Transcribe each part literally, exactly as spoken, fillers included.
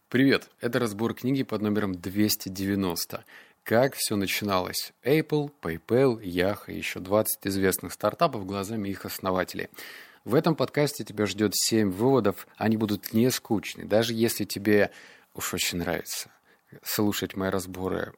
Привет, это разбор книги под номером двести девяносто. Как все начиналось? Apple, PayPal, Yahoo и еще двадцать известных стартапов глазами их основателей. В этом подкасте тебя ждет семь выводов, они будут не скучны. Даже если тебе уж очень нравится слушать мои разборы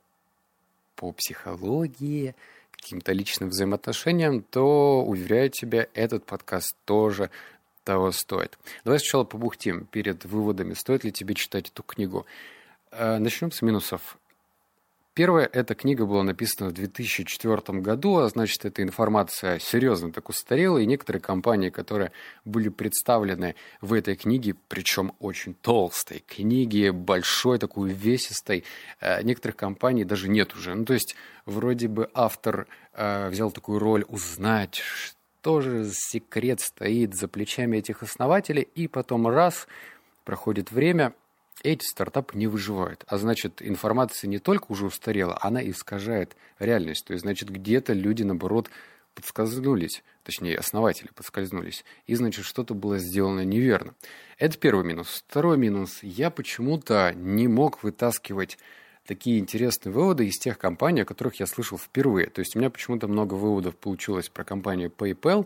по психологии, каким-то личным взаимоотношениям, то, уверяю тебя, этот подкаст тоже того стоит. Давай сначала побухтим перед выводами, стоит ли тебе читать эту книгу. Начнем с минусов. Первое, эта книга была написана в две тысячи четвёртом году, а значит, эта информация серьезно так устарела, и некоторые компании, которые были представлены в этой книге, причем очень толстой книге, большой, такой увесистой, некоторых компаний даже нет уже. Ну, то есть, вроде бы автор э, взял такую роль узнать, что тоже секрет стоит за плечами этих основателей, и потом раз, проходит время, эти стартапы не выживают. А значит, информация не только уже устарела, она искажает реальность. То есть, значит, где-то люди, наоборот, подскользнулись, точнее, основатели подскользнулись, и, значит, что-то было сделано неверно. Это первый минус. Второй минус. Я почему-то не мог вытаскивать такие интересные выводы из тех компаний, о которых я слышал впервые. То есть у меня почему-то много выводов получилось про компанию PayPal.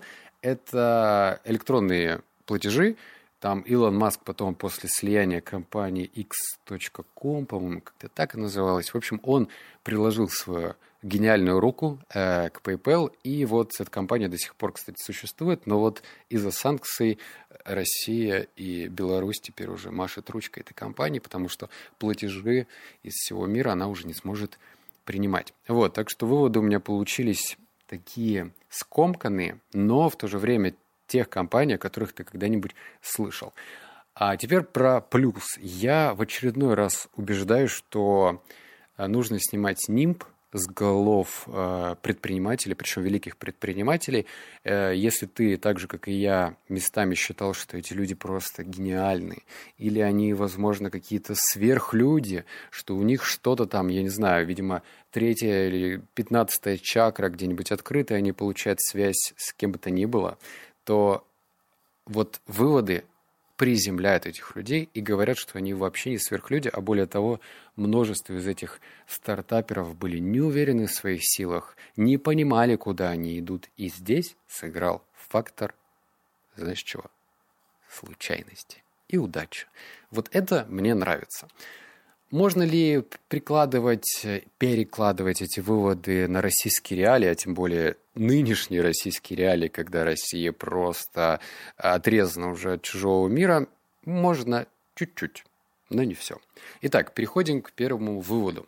Это электронные платежи. Там Илон Маск потом после слияния компании икс точка ком, по-моему, как-то так и называлось. В общем, он приложил свою гениальную руку э, к PayPal, и вот эта компания до сих пор, кстати, существует, но вот из-за санкций Россия и Беларусь теперь уже машет ручкой этой компании, потому что платежи из всего мира она уже не сможет принимать. Вот, так что выводы у меня получились такие скомканные, но в то же время тех компаний, о которых ты когда-нибудь слышал. А теперь про плюс. Я в очередной раз убеждаюсь, что нужно снимать нимб с голов э, предпринимателей, причем великих предпринимателей. Э, если ты, так же, как и я, местами считал, что эти люди просто гениальны, или они, возможно, какие-то сверхлюди, что у них что-то там, я не знаю, видимо, третья или пятнадцатая чакра где-нибудь открыта, и они получают связь с кем бы то ни было, то вот выводы приземляют этих людей и говорят, что они вообще не сверхлюди, а более того, множество из этих стартаперов были не уверены в своих силах, не понимали, куда они идут. И здесь сыграл фактор, знаешь чего? Случайности и удачи. Вот это мне нравится. Можно ли прикладывать, перекладывать эти выводы на российские реалии, а тем более нынешние российские реалии, когда Россия просто отрезана уже от чужого мира? Можно чуть-чуть, но не все. Итак, переходим к первому выводу.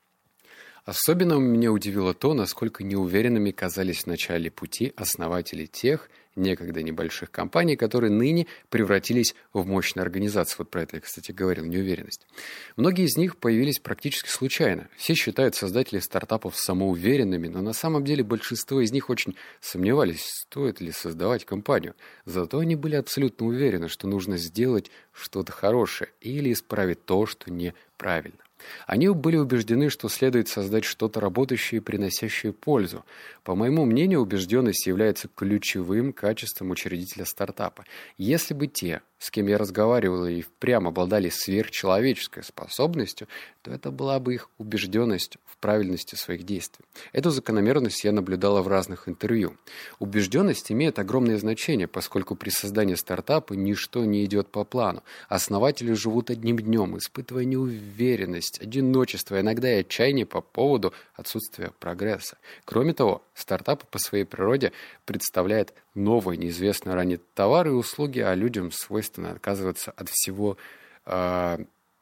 Особенно меня удивило то, насколько неуверенными казались в начале пути основатели тех некогда небольших компаний, которые ныне превратились в мощные организации. Вот про это я, кстати, говорил, неуверенность. Многие из них появились практически случайно. Все считают создателей стартапов самоуверенными, но на самом деле большинство из них очень сомневались, стоит ли создавать компанию. Зато они были абсолютно уверены, что нужно сделать что-то хорошее или исправить то, что неправильно. Они были убеждены, что следует создать что-то работающее и приносящее пользу. По моему мнению, убежденность является ключевым качеством учредителя стартапа. Если бы те, с кем я разговаривал, и впрямь обладали сверхчеловеческой способностью, то это была бы их убежденность в правильности своих действий. Эту закономерность я наблюдала в разных интервью. Убежденность имеет огромное значение, поскольку при создании стартапа ничто не идет по плану. Основатели живут одним днем, испытывая неуверенность, одиночество, иногда и отчаяние по поводу отсутствия прогресса. Кроме того, стартап по своей природе представляет новые, неизвестные ранее товары и услуги, а людям свойственно отказываться от всего э,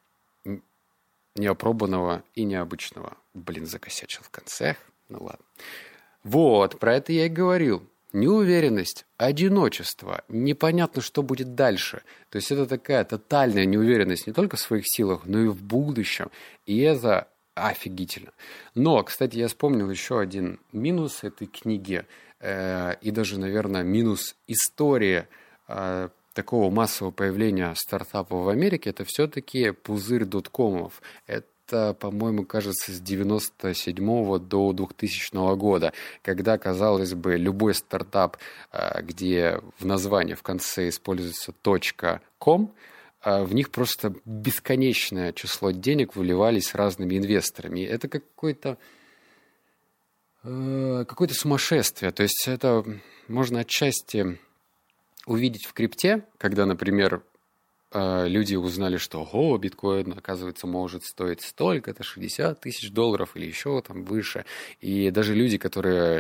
неопробованного и необычного. Блин, закосячил в конце. Ну ладно. Вот, про это я и говорил. Неуверенность, одиночество, непонятно, что будет дальше. То есть это такая тотальная неуверенность не только в своих силах, но и в будущем. И это офигительно. Но, кстати, я вспомнил еще один минус этой книги, э, и даже, наверное, минус истории э, такого массового появления стартапов в Америке, это все-таки пузырь доткомов. Это, по-моему, кажется, с девяносто седьмого до двухтысячного года, когда, казалось бы, любой стартап, где в названии в конце используется .com, а в них просто бесконечное число денег выливались разными инвесторами. Это какой-то э, какое-то сумасшествие. То есть это можно отчасти увидеть в крипте, когда, например, люди узнали, что ого, биткоин, оказывается, может стоить столько, это шестьдесят тысяч долларов или еще там выше. И даже люди, которые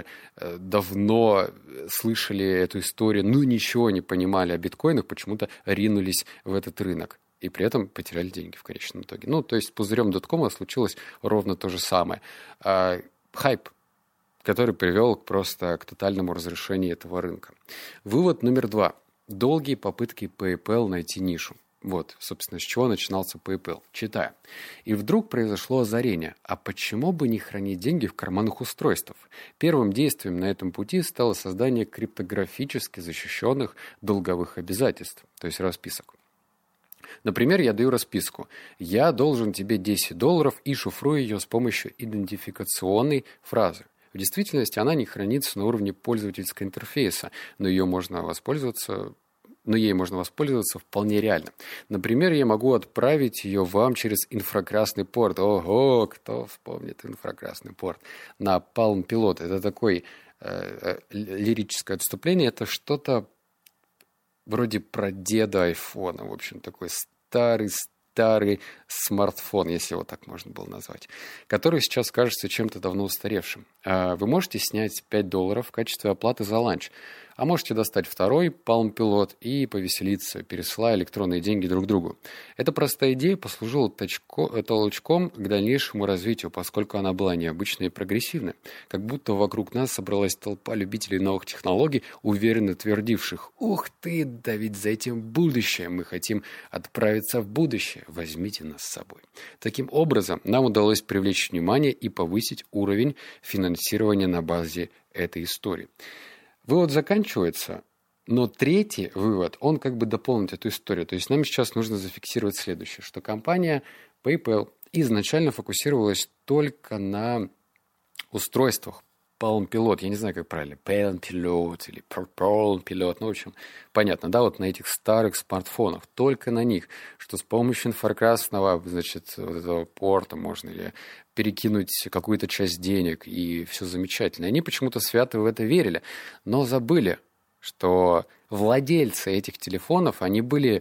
давно слышали эту историю, ну ничего не понимали о биткоинах, почему-то ринулись в этот рынок. И при этом потеряли деньги в конечном итоге. Ну, то есть с пузырем доткома случилось ровно то же самое. А, хайп, который привел просто к тотальному разрушению этого рынка. Вывод номер два. Долгие попытки PayPal найти нишу. Вот, собственно, с чего начинался PayPal. Читаю. И вдруг произошло озарение. А почему бы не хранить деньги в карманных устройствах? Первым действием на этом пути стало создание криптографически защищенных долговых обязательств, то есть расписок. Например, я даю расписку. Я должен тебе десять долларов и шифрую ее с помощью идентификационной фразы. В действительности она не хранится на уровне пользовательского интерфейса, но ее можно воспользоваться, но ей можно воспользоваться вполне реально. Например, я могу отправить ее вам через инфракрасный порт. Ого, кто вспомнит инфракрасный порт? На Palm Pilot. Это такое э, лирическое отступление. Это что-то вроде прадеда айфона. В общем, такой старый старый смартфон, если его так можно было назвать, который сейчас кажется чем-то давно устаревшим. Вы можете снять пять долларов в качестве оплаты за ланч, а можете достать второй Palm Pilot и повеселиться, пересылая электронные деньги друг другу. Эта простая идея послужила точко, толчком к дальнейшему развитию, поскольку она была необычной и прогрессивной. Как будто вокруг нас собралась толпа любителей новых технологий, уверенно твердивших: «Ух ты, да ведь за этим будущее, мы хотим отправиться в будущее, возьмите нас с собой». Таким образом, нам удалось привлечь внимание и повысить уровень финансирования на базе этой истории. Вывод заканчивается, но третий вывод, он как бы дополнит эту историю. То есть нам сейчас нужно зафиксировать следующее, что компания PayPal изначально фокусировалась только на устройствах Palm Pilot, я не знаю, как правильно, Palm Pilot или Palm Pilot, ну, в общем, понятно, да, вот на этих старых смартфонах, только на них, что с помощью инфракрасного, значит, вот этого порта можно или перекинуть какую-то часть денег, и все замечательно. Они почему-то свято в это верили, но забыли, что владельцы этих телефонов, они были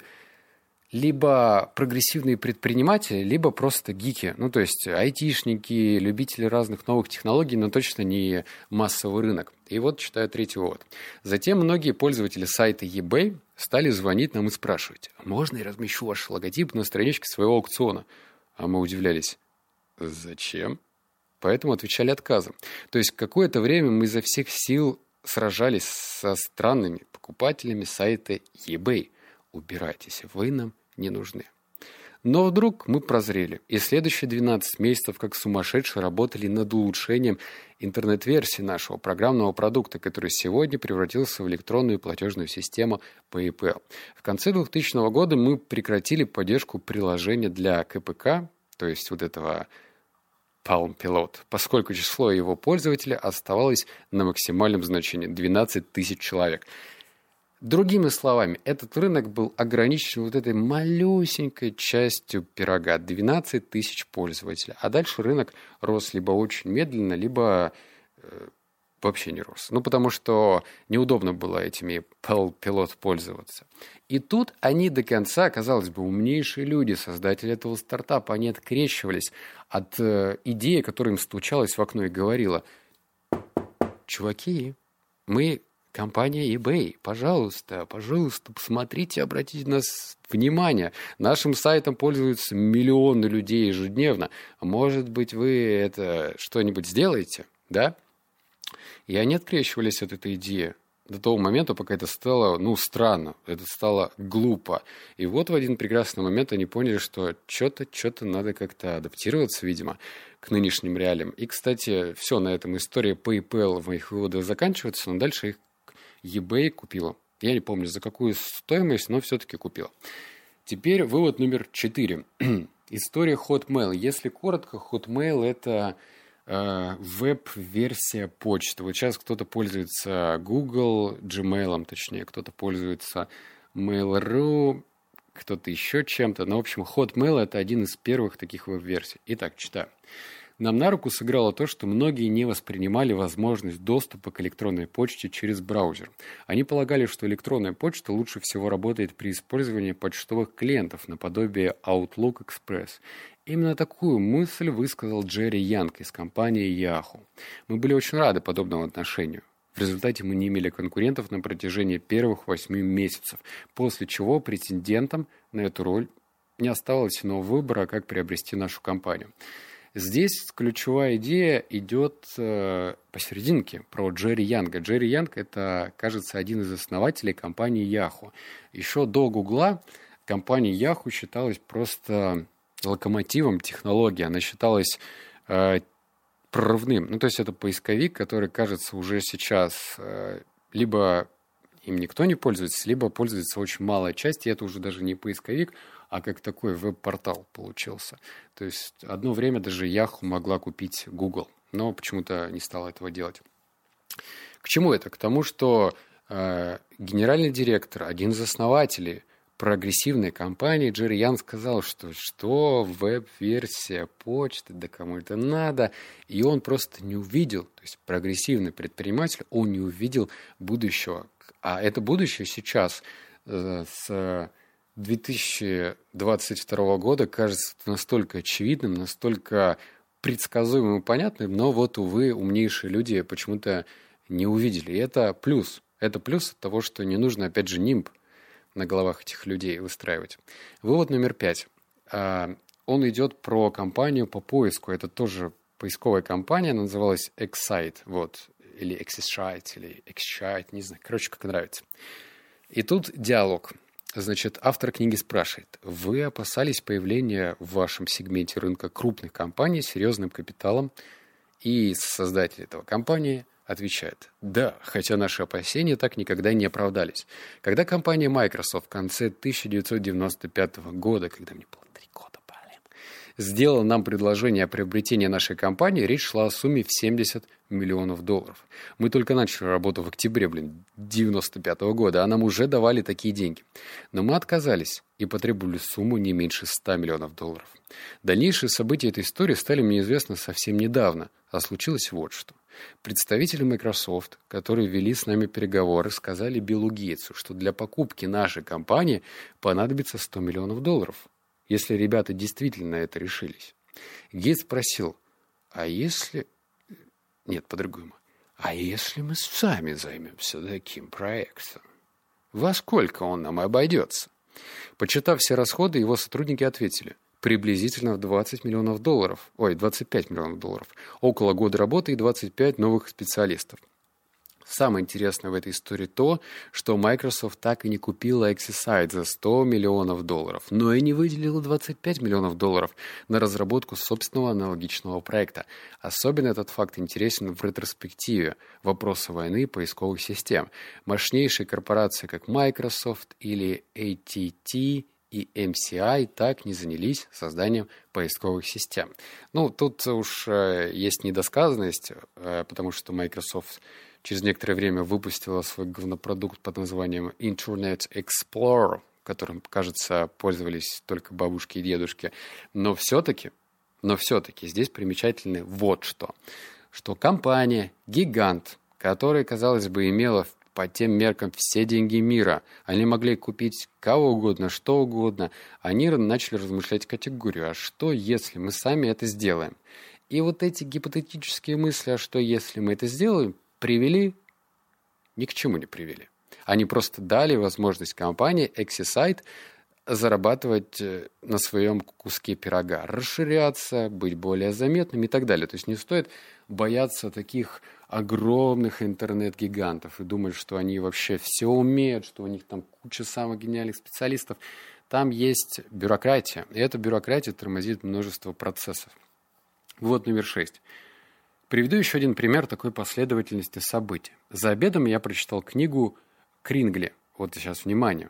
либо прогрессивные предприниматели, либо просто гики. Ну, то есть айтишники, любители разных новых технологий, но точно не массовый рынок. И вот читаю третий вывод. Затем многие пользователи сайта eBay стали звонить нам и спрашивать: «Можно я размещу ваш логотип на страничке своего аукциона?» А мы удивлялись: «Зачем?» Поэтому отвечали отказом. То есть какое-то время мы изо всех сил сражались со странными покупателями сайта eBay. Убирайтесь, вы нам не нужны. Но вдруг мы прозрели, и следующие двенадцать месяцев как сумасшедшие работали над улучшением интернет-версии нашего программного продукта, который сегодня превратился в электронную платежную систему PayPal. В конце двухтысячного года мы прекратили поддержку приложения для КПК, то есть вот этого Palm Pilot, поскольку число его пользователей оставалось на максимальном значении – двенадцать тысяч человек. Другими словами, этот рынок был ограничен вот этой малюсенькой частью пирога, двенадцать тысяч пользователей. А дальше рынок рос либо очень медленно, либо э, вообще не рос. Ну, потому что неудобно было этими Palm Pilot пользоваться. И тут они до конца, казалось бы, умнейшие люди, создатели этого стартапа, они открещивались от э, идеи, которая им стучалась в окно и говорила: «Чуваки, мы... компания eBay, пожалуйста, пожалуйста, посмотрите, обратите на нас внимание. Нашим сайтом пользуются миллионы людей ежедневно. Может быть, вы это что-нибудь сделаете, да?» И они открещивались от этой идеи до того момента, пока это стало, ну, странно, это стало глупо. И вот в один прекрасный момент они поняли, что что-то, что-то надо как-то адаптироваться, видимо, к нынешним реалиям. И, кстати, все, на этом история PayPal в моих выводах заканчивается, но дальше их eBay купила. Я не помню, за какую стоимость, но все-таки купила. Теперь вывод номер четыре. История Hotmail. Если коротко, Hotmail – это э, веб-версия почты. Вот сейчас кто-то пользуется Google, Gmail, точнее, кто-то пользуется Mail точка ру, кто-то еще чем-то. Но, в общем, Hotmail — это один из первых таких веб-версий. Итак, читаю. Нам на руку сыграло то, что многие не воспринимали возможность доступа к электронной почте через браузер. Они полагали, что электронная почта лучше всего работает при использовании почтовых клиентов наподобие Outlook Express. Именно такую мысль высказал Джерри Янг из компании Yahoo. Мы были очень рады подобному отношению. В результате мы не имели конкурентов на протяжении первых восьми месяцев, после чего претендентам на эту роль не оставалось иного выбора, как приобрести нашу компанию. Здесь ключевая идея идет э, посерединке про Джерри Янга. Джерри Янг — это, кажется, один из основателей компании Yahoo. Еще до Гугла компания Yahoo считалась просто локомотивом технологии. Она считалась э, прорывным. Ну, то есть это поисковик, который, кажется, уже сейчас э, либо им никто не пользуется, либо пользуется очень малая часть, и это уже даже не поисковик, а как такой веб-портал получился. То есть одно время даже Yahoo могла купить Google, но почему-то не стала этого делать. К чему это? К тому, что э, генеральный директор, один из основателей прогрессивной компании Джерри Янг сказал, что что веб-версия почты, да кому это надо, и он просто не увидел, то есть прогрессивный предприниматель, он не увидел будущего. А это будущее сейчас э, с две тысячи двадцать второго года кажется настолько очевидным, настолько предсказуемым и понятным, но вот, увы, умнейшие люди почему-то не увидели. И это плюс. Это плюс от того, что не нужно, опять же, нимб на головах этих людей выстраивать. Вывод номер пять. Он идет про компанию по поиску. Это тоже поисковая компания, она называлась Excite, вот, или Excite, или Excite, не знаю, короче, как нравится. И тут диалог. Значит, автор книги спрашивает: вы опасались появления в вашем сегменте рынка крупных компаний с серьезным капиталом? И создатель этого компании отвечает: да, хотя наши опасения так никогда не оправдались. Когда компания Microsoft в конце тысяча девятьсот девяносто пятого года, когда мне было три года, блин, сделала нам предложение о приобретении нашей компании, речь шла о сумме в семьдесят миллионов долларов. Мы только начали работу в октябре, блин, девяносто пятого года, а нам уже давали такие деньги. Но мы отказались и потребовали сумму не меньше ста миллионов долларов. Дальнейшие события этой истории стали мне известны совсем недавно, а случилось вот что. Представители Microsoft, которые вели с нами переговоры, сказали Биллу Гейтсу, что для покупки нашей компании понадобится сто миллионов долларов, если ребята действительно на это решились. Гейтс спросил: а если... Нет, по-другому. А если мы сами займемся таким проектом? Во сколько он нам обойдется? Почитав все расходы, его сотрудники ответили: приблизительно в двадцать миллионов долларов. Ой, двадцать пять миллионов долларов. Около года работы и двадцать пять новых специалистов. Самое интересное в этой истории то, что Microsoft так и не купила Excite за сто миллионов долларов, но и не выделила двадцать пять миллионов долларов на разработку собственного аналогичного проекта. Особенно этот факт интересен в ретроспективе вопроса войны и поисковых систем. Мощнейшие корпорации, как Microsoft или эй ти ти и эм си ай, так не занялись созданием поисковых систем. Ну, тут уж э, есть недосказанность, э, потому что Microsoft через некоторое время выпустила свой говнопродукт под названием Internet Explorer, которым, кажется, пользовались только бабушки и дедушки. Но все-таки, но все-таки здесь примечательно вот что. Что компания, гигант, которая, казалось бы, имела по тем меркам все деньги мира, они могли купить кого угодно, что угодно, они начали размышлять категорию: а что, если мы сами это сделаем? И вот эти гипотетические мысли, а что, если мы это сделаем, привели, ни к чему не привели. Они просто дали возможность компании Excite зарабатывать на своем куске пирога, расширяться, быть более заметным и так далее. То есть не стоит бояться таких огромных интернет-гигантов и думать, что они вообще все умеют, что у них там куча самых гениальных специалистов. Там есть бюрократия, и эта бюрократия тормозит множество процессов. Вот номер шесть. Приведу еще один пример такой последовательности событий. За обедом я прочитал книгу Крингли. Вот сейчас, внимание.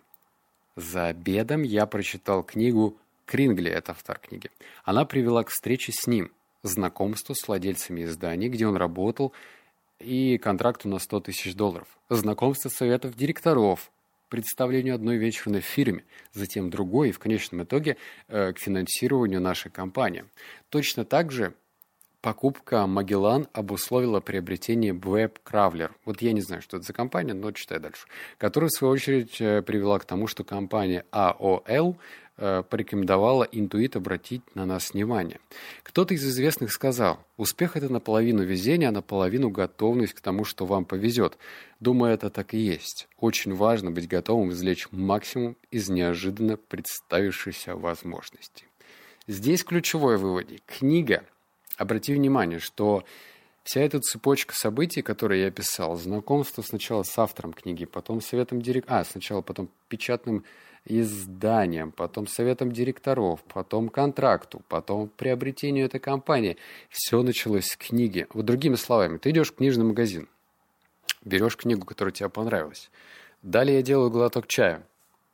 За обедом я прочитал книгу Крингли, это автор книги. Она привела к встрече с ним, знакомству с владельцами изданий, где он работал, и контракту на сто тысяч долларов. Знакомство советов директоров, представлению одной вечерной в фирме, затем другой и в конечном итоге э, к финансированию нашей компании. Точно так же покупка Magellan обусловила приобретение WebCrawler. Вот я не знаю, что это за компания, но читай дальше. Которая, в свою очередь, привела к тому, что компания эй о эл э, порекомендовала Intuit обратить на нас внимание. Кто-то из известных сказал: успех – это наполовину везение, а наполовину готовность к тому, что вам повезет. Думаю, это так и есть. Очень важно быть готовым извлечь максимум из неожиданно представившейся возможности. Здесь ключевой вывод. Книга. Обрати внимание, что вся эта цепочка событий, которые я описал, знакомство сначала с автором книги, потом советом директоров, а, сначала потом печатным изданием, потом советом директоров, потом контракту, потом приобретению этой компании. Все началось с книги. Вот другими словами, ты идешь в книжный магазин, берешь книгу, которая тебе понравилась. Далее я делаю глоток чая.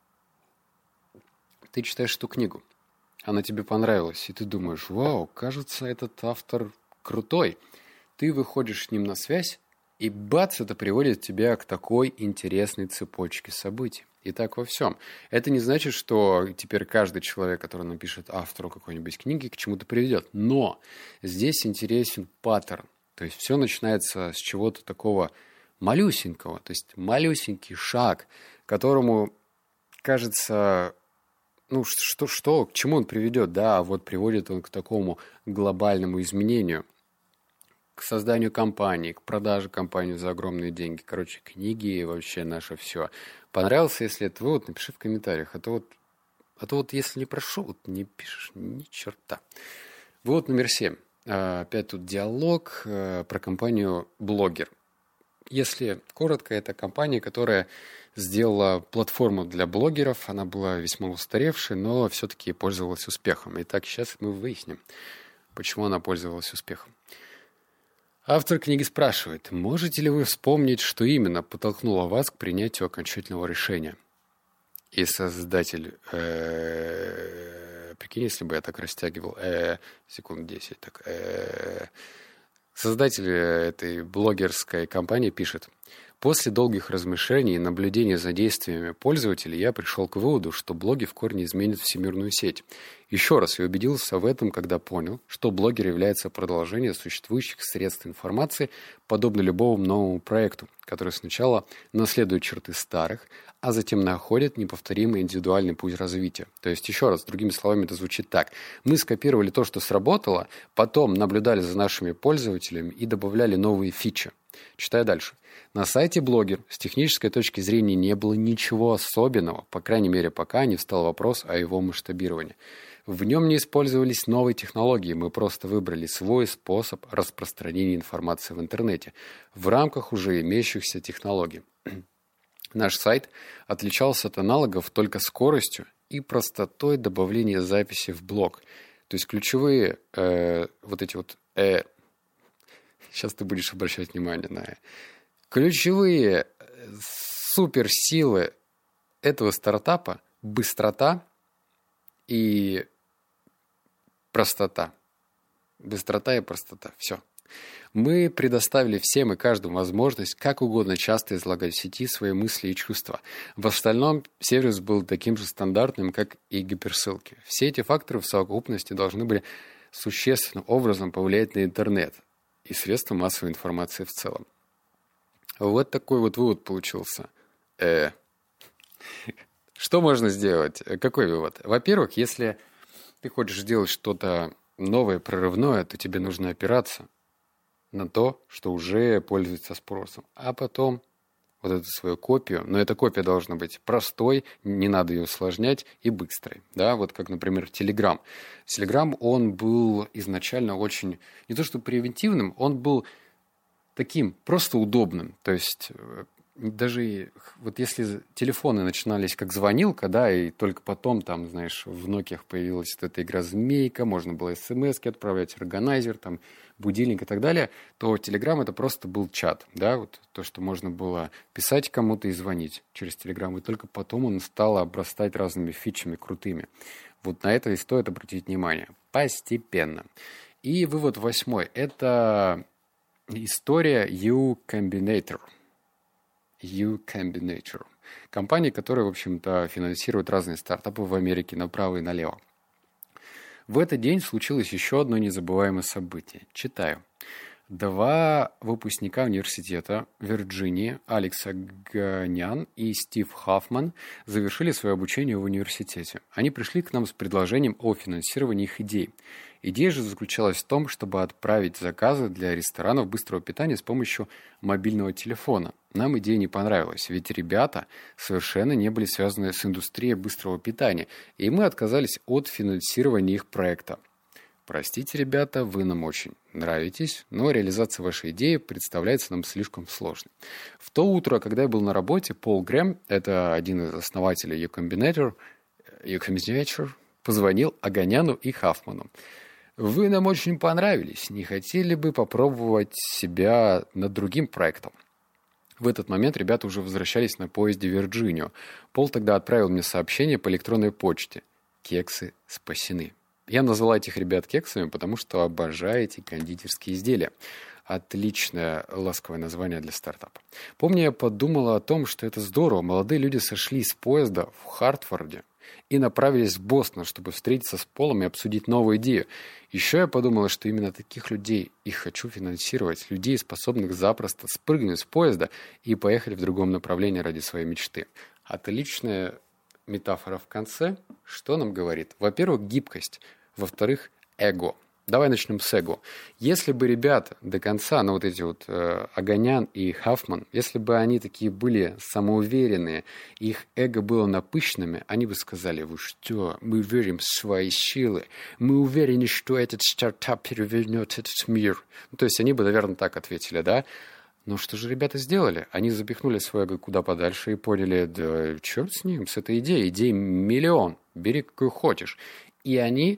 Ты читаешь эту книгу. Она тебе понравилась, и ты думаешь: вау, кажется, этот автор крутой. Ты выходишь с ним на связь, и бац, это приводит тебя к такой интересной цепочке событий. И так во всем. Это не значит, что теперь каждый человек, который напишет автору какой-нибудь книги, к чему-то приведет. Но здесь интересен паттерн. То есть все начинается с чего-то такого малюсенького. То есть малюсенький шаг, которому кажется... Ну, что, что, к чему он приведет? Да, вот приводит он к такому глобальному изменению, к созданию компании, к продаже компании за огромные деньги. Короче, книги и вообще наше все. Понравился, если это вывод, напиши в комментариях. А то вот, а то вот если не прошел, вот не пишешь ни черта. Вывод номер семь. Опять тут диалог про компанию «Блогер». Если коротко, это компания, которая сделала платформу для блогеров. Она была весьма устаревшей, но все-таки пользовалась успехом. Итак, сейчас мы выясним, почему она пользовалась успехом. Автор книги спрашивает: можете ли вы вспомнить, что именно подтолкнуло вас к принятию окончательного решения? И создатель... Прикинь, если бы я так растягивал... Секунд десять. Так... Создатель этой блогерской компании пишет: после долгих размышлений и наблюдения за действиями пользователей я пришел к выводу, что блоги в корне изменят всемирную сеть. Еще раз я убедился в этом, когда понял, что блогер является продолжением существующих средств информации, подобно любому новому проекту, который сначала наследует черты старых, а затем находит неповторимый индивидуальный путь развития. То есть, еще раз, другими словами, это звучит так. Мы скопировали то, что сработало, потом наблюдали за нашими пользователями и добавляли новые фичи. Читаю дальше. На сайте Блогер с технической точки зрения не было ничего особенного, по крайней мере, пока не встал вопрос о его масштабировании. В нем не использовались новые технологии, мы просто выбрали свой способ распространения информации в интернете в рамках уже имеющихся технологий. Наш сайт отличался от аналогов только скоростью и простотой добавления записи в блог. То есть ключевые э, вот эти вот... Э, сейчас ты будешь обращать внимание на... Ключевые суперсилы этого стартапа – быстрота и простота. Быстрота и простота. Все. Мы предоставили всем и каждому возможность как угодно часто излагать в сети свои мысли и чувства. В остальном сервис был таким же стандартным, как и гиперссылки. Все эти факторы в совокупности должны были существенным образом повлиять на интернет и средства массовой информации в целом. Вот такой вот вывод получился. Э. Что можно сделать? Какой вывод? Во-первых, если ты хочешь сделать что-то новое, прорывное, то тебе нужно опираться на то, что уже пользуется спросом. А потом вот эту свою копию, но эта копия должна быть простой, не надо ее усложнять, и быстрой. Да? Вот как, например, Telegram. Telegram, он был изначально очень, не то что превентивным, он был таким просто удобным. То есть даже вот если телефоны начинались как звонилка, да, и только потом там, знаешь, в Nokia появилась вот эта игра «Змейка», можно было смс-ки отправлять, органайзер, там, будильник и так далее, то Telegram это просто был чат, да, вот то, что можно было писать кому-то и звонить через Telegram, и только потом он стал обрастать разными фичами крутыми. Вот на это и стоит обратить внимание. Постепенно. И вывод восьмой. Это история U Combinator. U Combinator. Компании, которые, в общем-то, финансируют разные стартапы в Америке направо и налево. В этот день случилось еще одно незабываемое событие. Читаю. Два выпускника университета Вирджинии, Алекс Аганян и Стив Хаффман, завершили свое обучение в университете. Они пришли к нам с предложением о финансировании их идей. Идея же заключалась в том, чтобы отправить заказы для ресторанов быстрого питания с помощью мобильного телефона. Нам идея не понравилась, ведь ребята совершенно не были связаны с индустрией быстрого питания, и мы отказались от финансирования их проекта. Простите, ребята, вы нам очень нравитесь, но реализация вашей идеи представляется нам слишком сложной. В то утро, когда я был на работе, Пол Грэм, это один из основателей Y Combinator, Y Combinator, позвонил Аганяну и Хаффману. Вы нам очень понравились, не хотели бы попробовать себя над другим проектом? В этот момент ребята уже возвращались на поезде в Вирджинию. Пол тогда отправил мне сообщение по электронной почте. Кексы спасены. Я назвал этих ребят кексами, потому что обожаю эти кондитерские изделия. Отличное ласковое название для стартапа. Помню, я подумала о том, что это здорово. Молодые люди сошли с поезда в Хартфорде и направились в Бостон, чтобы встретиться с Полом и обсудить новую идею. Еще я подумала, что именно таких людей и хочу финансировать. Людей, способных запросто спрыгнуть с поезда и поехать в другом направлении ради своей мечты. Отличная метафора в конце. Что нам говорит? Во-первых, гибкость. Во-вторых, эго. Давай начнем с эго. Если бы ребята до конца, ну вот эти вот э, Аганян и Хаффман, если бы они такие были самоуверенные, их эго было напыщенными, они бы сказали: вы что, мы верим в свои силы, мы уверены, что этот стартап перевернет этот мир. Ну, то есть они бы, наверное, так ответили, да? Но что же ребята сделали? Они запихнули свое эго куда подальше и поняли: да черт с ним, с этой идеей, идей миллион, бери какую хочешь. И они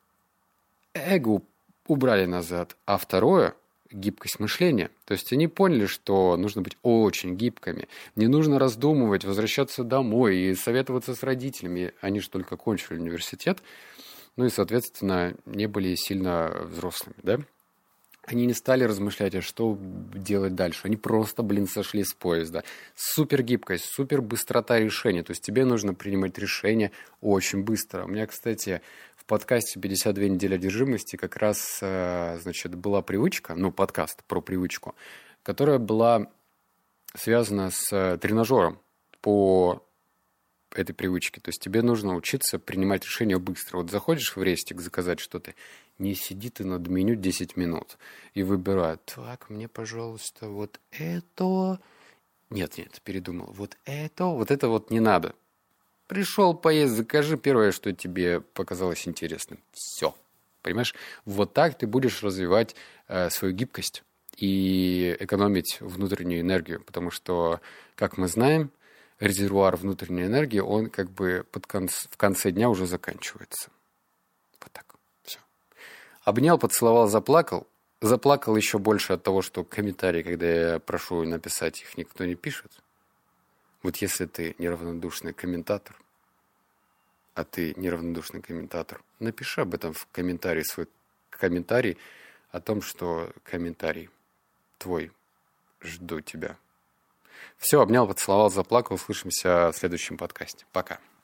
эго убрали назад. А второе – гибкость мышления. То есть они поняли, что нужно быть очень гибкими. Не нужно раздумывать, возвращаться домой и советоваться с родителями. Они же только кончили университет. Ну и, соответственно, не были сильно взрослыми, да? Они не стали размышлять, а что делать дальше. Они просто, блин, сошли с поезда. Супер гибкость, супер быстрота решения. То есть тебе нужно принимать решения очень быстро. У меня, кстати, в подкасте «пятьдесят две недели одержимости» как раз, значит, была привычка, ну, подкаст про привычку, которая была связана с тренажером по этой привычке. То есть тебе нужно учиться принимать решения быстро. Вот заходишь в рестик заказать что-то, не сиди ты над меню десять минут и выбирай: так, мне, пожалуйста, вот это... Нет, нет, передумал. Вот это, вот это вот не надо. Пришел поесть, закажи первое, что тебе показалось интересным. Все. Понимаешь? Вот так ты будешь развивать э, свою гибкость и экономить внутреннюю энергию. Потому что, как мы знаем, резервуар внутренней энергии, он как бы под конц... в конце дня уже заканчивается. Вот так. Все. Обнял, поцеловал, заплакал. Заплакал еще больше от того, что комментарии, когда я прошу написать, их никто не пишет. Вот если ты неравнодушный комментатор, а ты неравнодушный комментатор, напиши об этом в комментарии, свой комментарий о том, что комментарий твой, жду тебя. Все, обнял, поцеловал, заплакал. Услышимся в следующем подкасте. Пока.